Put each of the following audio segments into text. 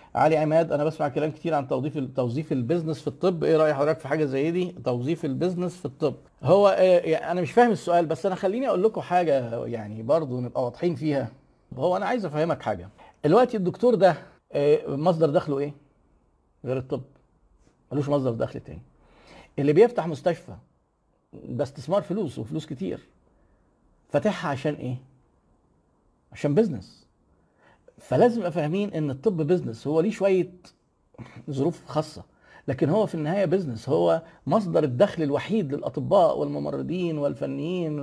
علي عماد، انا بسمع كلام كتير عن توظيف البيزنس في الطب، ايه راي حضرتك في حاجه زي دي؟ توظيف البيزنس في الطب هو يعني انا مش فاهم السؤال، بس انا خليني اقول لكم حاجه يعني برضو نبقى واضحين فيها. هو انا عايز افهمك حاجه. دلوقتي الدكتور ده مصدر دخله ايه غير الطب؟ ملوش مصدر دخل تاني. اللي بيفتح مستشفى ده استثمار فلوس وفلوس كتير. فاتحها عشان ايه؟ عشان بيزنس. فلازم نبقى فاهمين ان الطب بيزنس، هو ليه شويه ظروف خاصة، لكن هو في النهاية بيزنس، هو مصدر الدخل الوحيد للأطباء والممرضين والفنيين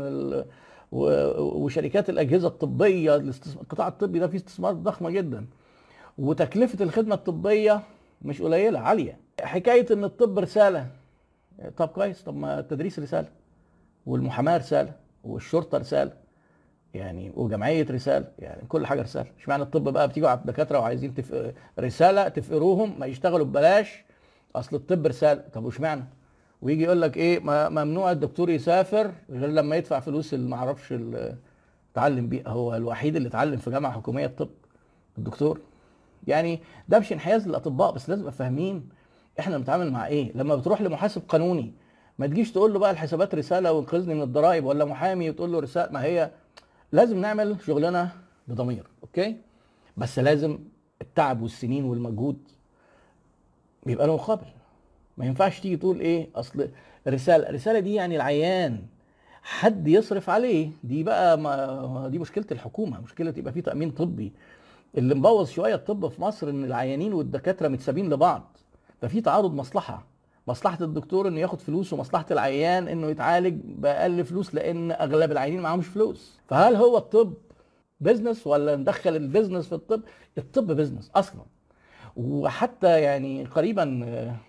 وشركات الأجهزة الطبية. القطاع الطبي ده فيه استثمار ضخمة جدا، وتكلفة الخدمة الطبية مش قليلة، عالية. حكاية إن الطب رسالة، طب كويس، طب ما التدريس رسالة، والمحاماة رسالة، والشرطة رسالة، يعني وجمعية رسالة، يعني كل حاجة رسالة. اشمعنى الطب بقى بتيجوا على الدكاترة وعايزين رسالة تفقروهم ما يشتغلوا ببلاش؟ اصل الطب رسالة. طب واشمعنى؟ ويجي يقول لك ايه، ممنوع الدكتور يسافر غير لما يدفع فلوس اللي ما اعرفش اتعلم بيه. هو الوحيد اللي اتعلم في جامعة حكومية الطب الدكتور. يعني ده مش انحياز للاطباء، بس لازم نبقى فاهمين احنا بنتعامل مع ايه. لما بتروح لمحاسب قانوني ما تجيش تقول له بقى الحسابات رسالة وانقذني من الضرائب، ولا محامي وتقول له رسالة. ما هي لازم نعمل شغلنا بضمير، اوكي، بس لازم التعب والسنين والمجهود بيبقى له مقابل. ما ينفعش تيجي تقول ايه اصل رساله دي يعني العيان حد يصرف عليه. دي بقى ما دي مشكله الحكومه، مشكله يبقى في تامين طبي. اللي مبوظ شويه الطب في مصر ان العيانين والدكاتره متسابين لبعض، ففي تعارض مصلحه. مصلحه الدكتور انه ياخد فلوس، ومصلحه العيان انه يتعالج باقل فلوس، لان اغلب العيانين معهمش فلوس. فهل هو الطب بيزنس ولا ندخل البيزنس في الطب؟ الطب بيزنس اصلا. وحتى يعني قريبا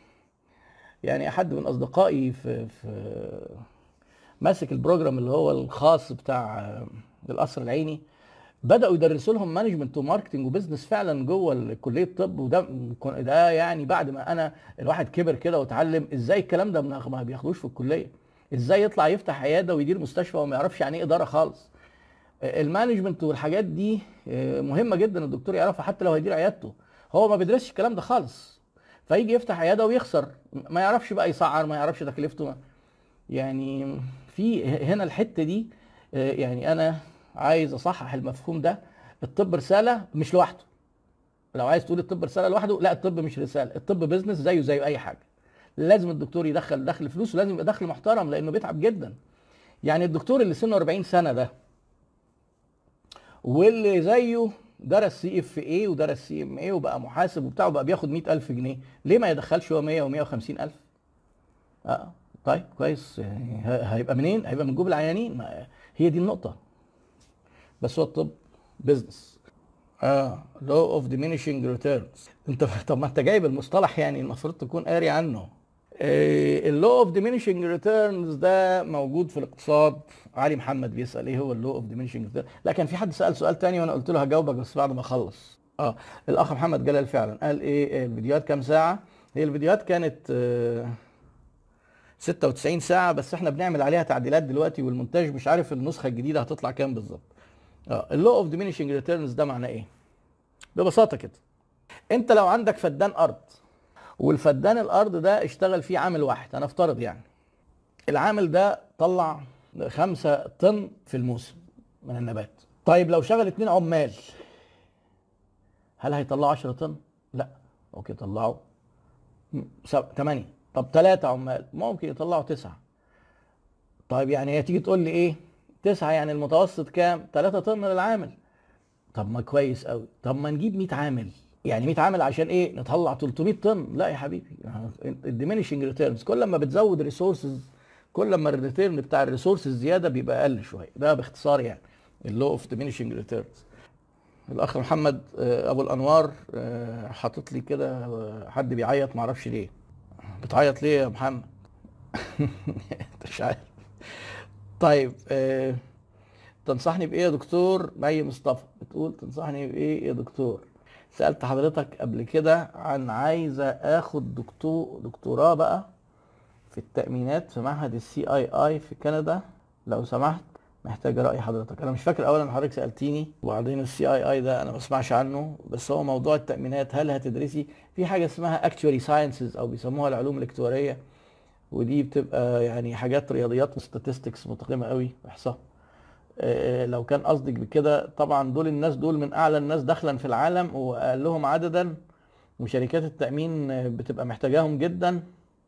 يعني احد من اصدقائي في ماسك البروجرام اللي هو الخاص بتاع القصر العيني، بداوا يدرسوا لهم مانجمنت وماركتنج وبزنس فعلا جوه كليه الطب. وده يعني بعد ما انا الواحد كبر كده واتعلم ازاي الكلام ده ما بياخدوش في الكليه. ازاي يطلع يفتح عياده ويدير مستشفى وما يعرفش يعني ايه اداره خالص. المانجمنت والحاجات دي مهمه جدا الدكتور يعرفها حتى لو هيدير عيادته. هو ما بيدرسش الكلام ده خالص، فيجي يفتح عياده ويخسر، ما يعرفش بقى يسعر، ما يعرفش تكلفته. يعني في هنا الحته دي يعني انا عايز اصحح المفهوم ده. الطب رساله مش لوحده. لو عايز تقول الطب رساله لوحده، لا، الطب مش رساله، الطب بيزنس زيه زي اي حاجه. لازم الدكتور يدخل دخل فلوس، ولازم يبقى دخل محترم لانه بيتعب جدا. يعني الدكتور اللي سنه 40 سنه ده واللي زيه درس سي اف اي ودرس سي ام اي وبقى محاسب وبتاع وبقى بياخد 100,000 جنيه، ليه ما يدخلش هو 100 و150,000؟ اه طيب كويس، يعني هيبقى منين؟ هيبقى من جوب العيانين. ما هي دي النقطة. بس هو الطب بيزنس. اه لو اوف diminishing returns. انت طب ما انت جايب المصطلح، يعني المفروض تكون قاري عنه. اللو اوف diminishing returns ده موجود في الاقتصاد. علي محمد بيسأل ايه هو اللو اوف diminishing returns. لا، كان في حد سأل سؤال تاني وانا قلت له هجاوبك بس بعد ما اخلص. الاخ محمد جلال فعلا قال ايه الفيديوهات كام ساعة. هي الفيديوهات كانت 96 ساعة، بس احنا بنعمل عليها تعديلات دلوقتي، والمونتاج مش عارف النسخة الجديدة هتطلع كام بالظبط. اللو اوف diminishing ريتيرنز ده معناه ايه؟ ببساطة كده، انت لو عندك فدان ارض، والفدان الارض ده اشتغل فيه عامل واحد، هنفترض يعني العامل ده طلع 5 طن في الموسم من النبات. طيب لو شغل 2 عمال، هل هيطلعوا 10 طن؟ لا، ممكن يطلعوا 8. طب 3 عمال ممكن يطلعوا 9. طيب يعني هي تيجي تقول لي ايه؟ 9 يعني المتوسط كام؟ 3 طن للعامل. طب ما كويس قوي، طب ما نجيب 100 عامل. يعني 100 عامل عشان ايه؟ نطلع 300 طن؟ لا يا حبيبي، الديمينيشنج ريتيرنز كل ما بتزود ريسورسز، كل ما الريتيرن بتاع الريسورسز زياده بيبقى اقل شويه. ده باختصار يعني اللو اوف ديمينيشنج ريتيرنز. الاخ محمد ابو الانوار حاطط لي كده حد بيعيط معرفش ليه. بتعيط ليه يا محمد؟ انت مش عارف. طيب تنصحني بايه يا دكتور؟ مي مصطفى بتقول تنصحني بايه يا دكتور؟ سألت حضرتك قبل كده عن عايزة اخد دكتوراه بقى في التأمينات في معهد السي اي اي في كندا، لو سمحت محتاج رأي حضرتك. انا مش فاكر اولا حضرتك سألتيني، وبعدين السي اي اي ده انا ما بسمعش عنه، بس هو موضوع التأمينات هل هتدرسي في حاجة اسمها اكتواري ساينسز او بيسموها العلوم الاكتوارية، ودي بتبقى يعني حاجات رياضيات وستاتستكس متقنة قوي، احصاء. لو كان قصدك بكده طبعا دول الناس دول من اعلى الناس دخلا في العالم واقلهم عددا، وشركات التأمين بتبقى محتاجاهم جدا.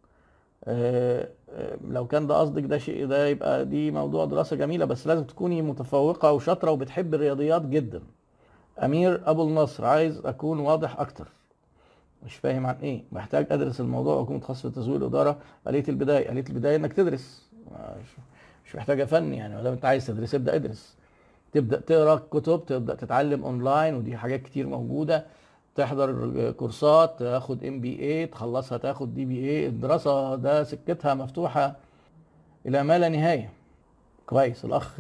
لو كان ده قصدك ده شيء ده يبقى دي موضوع دراسة جميلة، بس لازم تكوني متفوقة وشاطرة وبتحب الرياضيات جدا. أمير أبو النصر عايز أكون واضح أكتر. مش فاهم عن إيه؟ محتاج أدرس الموضوع وأكون متخصص في تسويق الإدارة. قالت البداية إنك تدرس، مش محتاجة فن يعني. ما دام أنت عايز تدرس ابدأ ادرس، تبدأ تقرأ كتب، تبدأ تتعلم أونلاين، ودي حاجات كتير موجودة. تحضر كورسات، تاخد MBA، تخلصها تاخد DBA. الدراسة ده سكتها مفتوحة إلى ما لا نهاية. كويس. الأخ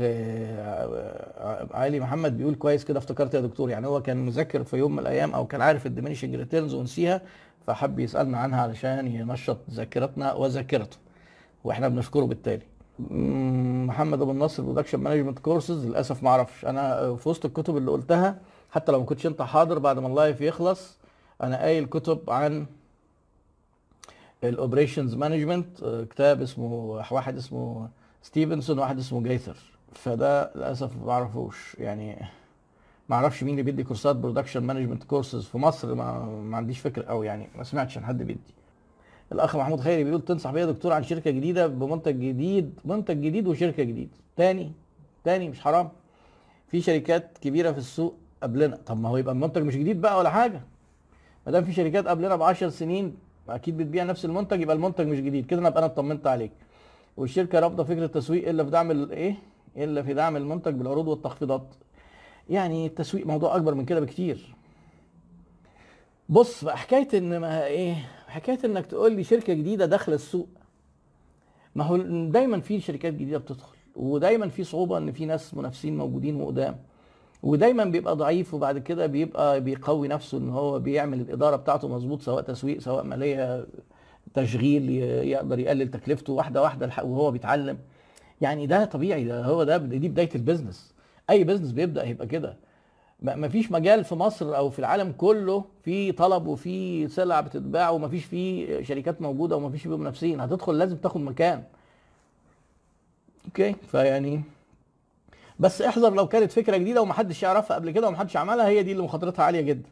علي محمد بيقول كويس كده، افتكرت يا دكتور. يعني هو كان مذاكر في يوم من الأيام أو كان عارف الديمينيشنج ريتيرنز ونسيها، فحب يسألنا عنها علشان ينشط ذاكرتنا وذاكرته، واحنا بنشكره بالتالي. محمد ابو النصر برودكشن مانجمنت كورسز، للاسف ما اعرفش. انا في وسط الكتب اللي قلتها، حتى لو ما كنتش انت حاضر بعد ما اللايف يخلص، انا قايل كتب عن الاوبريشنز مانجمنت، كتاب اسمه واحد اسمه ستيفنسون وواحد اسمه جايثر، فده للاسف ما اعرفوش يعني. ما اعرفش مين اللي بيدي كورسات برودكشن مانجمنت كورسز في مصر، ما عنديش فكره قوي يعني، ما سمعتش عن حد بيدي. الاخ محمود خيري بيقول تنصح بيا يا دكتور عن شركه جديده بمنتج جديد، منتج جديد وشركه جديد. تاني مش حرام؟ في شركات كبيره في السوق قبلنا. طب ما هو يبقى المنتج مش جديد بقى ولا حاجه. ما دام في شركات قبلنا ب 10 سنين اكيد بتبيع نفس المنتج، يبقى المنتج مش جديد كده، انا اطمنت عليك. والشركه رافضه فكره التسويق الا في دعم الايه، الا في دعم المنتج بالعروض والتخفيضات. يعني التسويق موضوع اكبر من كده بكتير. بص بقى، حكايه ان ما ايه، حكايه انك تقول لي شركه جديده داخله السوق، ما هو دايما في شركات جديده بتدخل، ودايما في صعوبه ان في ناس منافسين موجودين وقدام، ودايما بيبقى ضعيف وبعد كده بيبقى بيقوي نفسه ان هو بيعمل الاداره بتاعته مظبوط، سواء تسويق سواء ماليه تشغيل، يقدر يقلل تكلفته واحده واحده وهو بيتعلم. يعني ده طبيعي، ده هو ده دي بدايه البيزنس. اي بيزنس بيبدا هيبقى كده. ما فيش مجال في مصر او في العالم كله في طلب وفي سلع بتتباع وما فيش فيه شركات موجوده وما فيش فيه منافسين. هتدخل لازم تاخد مكان. اوكي، فيعني بس احذر لو كانت فكره جديده ومحدش يعرفها قبل كده ومحدش عملها، هي دي اللي مخاطرتها عاليه جدا.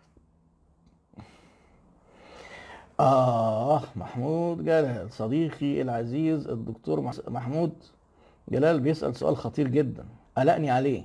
محمود جلال صديقي العزيز الدكتور محمود جلال بيسأل سؤال خطير جدا قلقني عليه.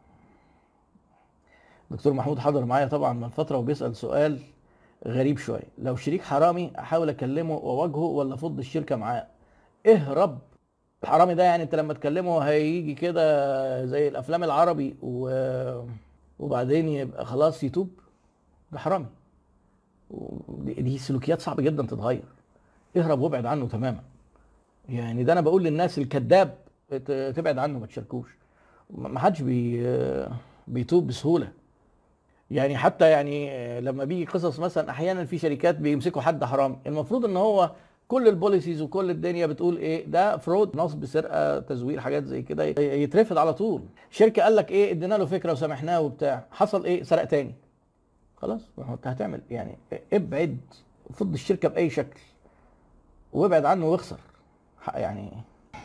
دكتور محمود حضر معايا طبعا من فتره وبيسأل سؤال غريب شويه. لو شريك حرامي احاول اكلمه واواجهه ولا افض الشركه معاه؟ اهرب. الحرامي ده يعني انت لما تكلمه هيجي كده زي الافلام العربي وبعدين يبقى خلاص يتوب؟ ده حرامي. دي سلوكيات صعبه جدا تتغير. اهرب وابعد عنه تماما. يعني ده انا بقول للناس الكذاب تبعد عنه ما تشاركوش. ما حدش بيتوب بسهوله. يعني حتى يعني لما بيجي قصص مثلا احيانا في شركات بيمسكوا حد حرام، المفروض ان هو كل البوليسيز وكل الدنيا بتقول ايه، ده فرود، نصب، سرقه، تزوير، حاجات زي كده، يترفض على طول. شركه قال لك ايه، ادينا له فكره وسامحناه وبتاع، حصل ايه، سرق تاني. خلاص، ما هو انت هتعمل يعني، ابعد، فض الشركه باي شكل وابعد عنه واخسر يعني.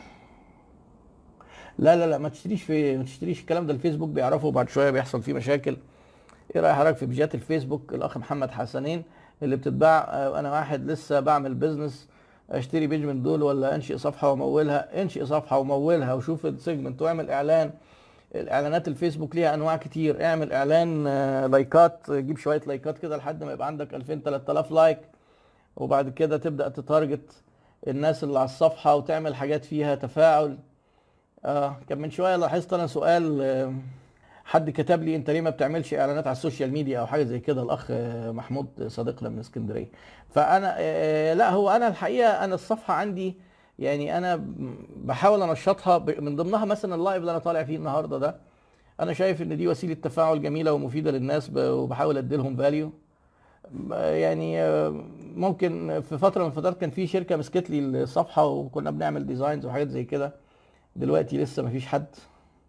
لا ما تشتريش الكلام ده، الفيسبوك بيعرفه وبعد شويه بيحصل فيه مشاكل. ايه راي حضرتك في بيجات الفيسبوك الاخ محمد حسنين اللي بتتباع؟ انا واحد لسه بعمل بيزنس، اشتري بيج من دول ولا انشئ صفحه وامولها؟ انشئ صفحه ومولها وشوف السيجمنت واعمل اعلان. الاعلانات الفيسبوك ليها انواع كتير. اعمل اعلان لايكات، جيب شويه لايكات كده لحد ما يبقى عندك 2000 3000 لايك، وبعد كده تبدا تتارجت الناس اللي على الصفحه وتعمل حاجات فيها تفاعل. كان من شويه لاحظت انا سؤال، حد كتب لي انت ليه ما بتعملش اعلانات على السوشيال ميديا او حاجه زي كده، الاخ محمود صديقنا من اسكندريه. فانا لا، هو انا الحقيقه انا الصفحه عندي يعني انا بحاول انشطها، من ضمنها مثلا اللايف اللي انا طالع فيه النهارده ده. انا شايف ان دي وسيله تفاعل جميله ومفيده للناس، وبحاول ادي لهم فاليو. يعني ممكن في فتره من الفترات كان في شركه مسكت لي الصفحه وكنا بنعمل ديزاينز وحاجات زي كده. دلوقتي لسه مفيش حد.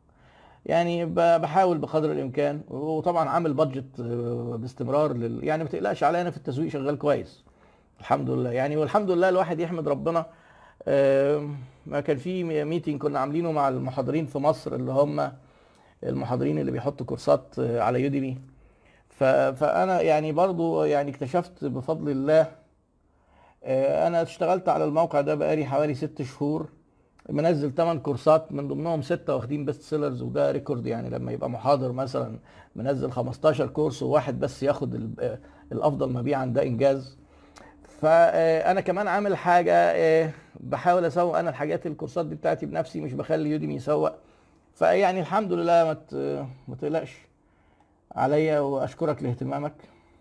يعني بحاول بقدر الامكان، وطبعا عامل بادجت باستمرار يعني ما تقلقش عليا، انا في التسويق شغال كويس الحمد لله يعني. والحمد لله الواحد يحمد ربنا. ما كان في ميتنج كنا عاملينه مع المحاضرين في مصر، اللي هم المحاضرين اللي بيحطوا كورسات على يوديمي. فانا يعني برضو يعني اكتشفت بفضل الله. انا اشتغلت على الموقع ده بقالي حوالي 6 شهور، منزل 8 كورسات، من ضمنهم 6 واخدين بيست سيلرز، وده ريكورد يعني. لما يبقى محاضر مثلا منزل 15 كورس وواحد بس ياخد الافضل مبيعا، ده انجاز. فانا كمان عامل حاجه، بحاول اسوق انا الحاجات الكورسات دي بتاعتي بنفسي، مش بخلي يوديمي يسوق. فيعني الحمد لله، ما تقلقش عليا، واشكرك لاهتمامك.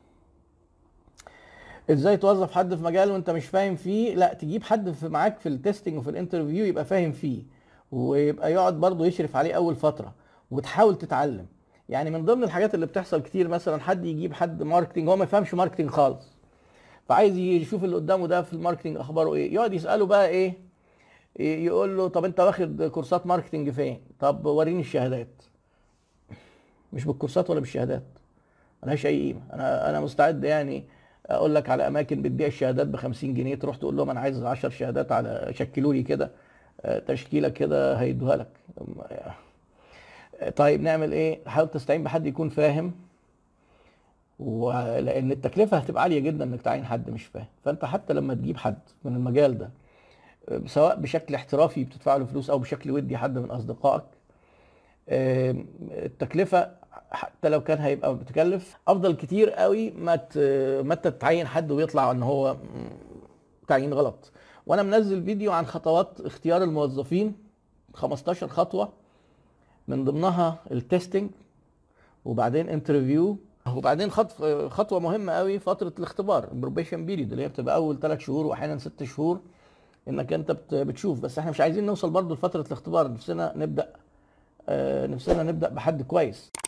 ازاي توظف حد في مجال وانت مش فاهم فيه؟ لا، تجيب حد معاك في التستنج وفي الانترفيو يبقى فاهم فيه، ويبقى يقعد برضه يشرف عليه اول فتره، وتحاول تتعلم. يعني من ضمن الحاجات اللي بتحصل كتير، مثلا حد يجيب حد ماركتنج هو ما يفهمش ماركتنج خالص، فعايز يشوف اللي قدامه ده في الماركتنج اخباره ايه، يقعد يساله بقى ايه، يقول له طب انت واخد كورسات ماركتنج فين؟ طب وريني الشهادات. مش بالكورسات ولا بالشهادات، ملهاش اي قيمه. انا مستعد يعني اقول لك على اماكن بتبيع الشهادات ب 50 جنيه، تروح تقول لهم انا عايز 10 شهادات على شكلوا لي كده تشكيله كده، هيدوها لك. طيب نعمل ايه؟ حاول تستعين بحد يكون فاهم، ولان التكلفه هتبقى عاليه جدا انك تعين حد مش فاهم. فانت حتى لما تجيب حد من المجال ده، سواء بشكل احترافي بتدفع له فلوس او بشكل ودي حد من اصدقائك، التكلفه حتى لو كان هيبقى بتكلف افضل كتير قوي ما انت تعين حد ويطلع ان هو تعيين غلط. وانا منزل فيديو عن خطوات اختيار الموظفين، 15 خطوه، من ضمنها التستنج، وبعدين انترفيو، وبعدين خطوه مهمه قوي، فتره الاختبار، البروبيشن بيريد، اللي هي بتبقى اول 3 شهور واحيانا 6 شهور، انك انت بتشوف. بس احنا مش عايزين نوصل برضو لفتره الاختبار، نفسنا نبدا بحد كويس.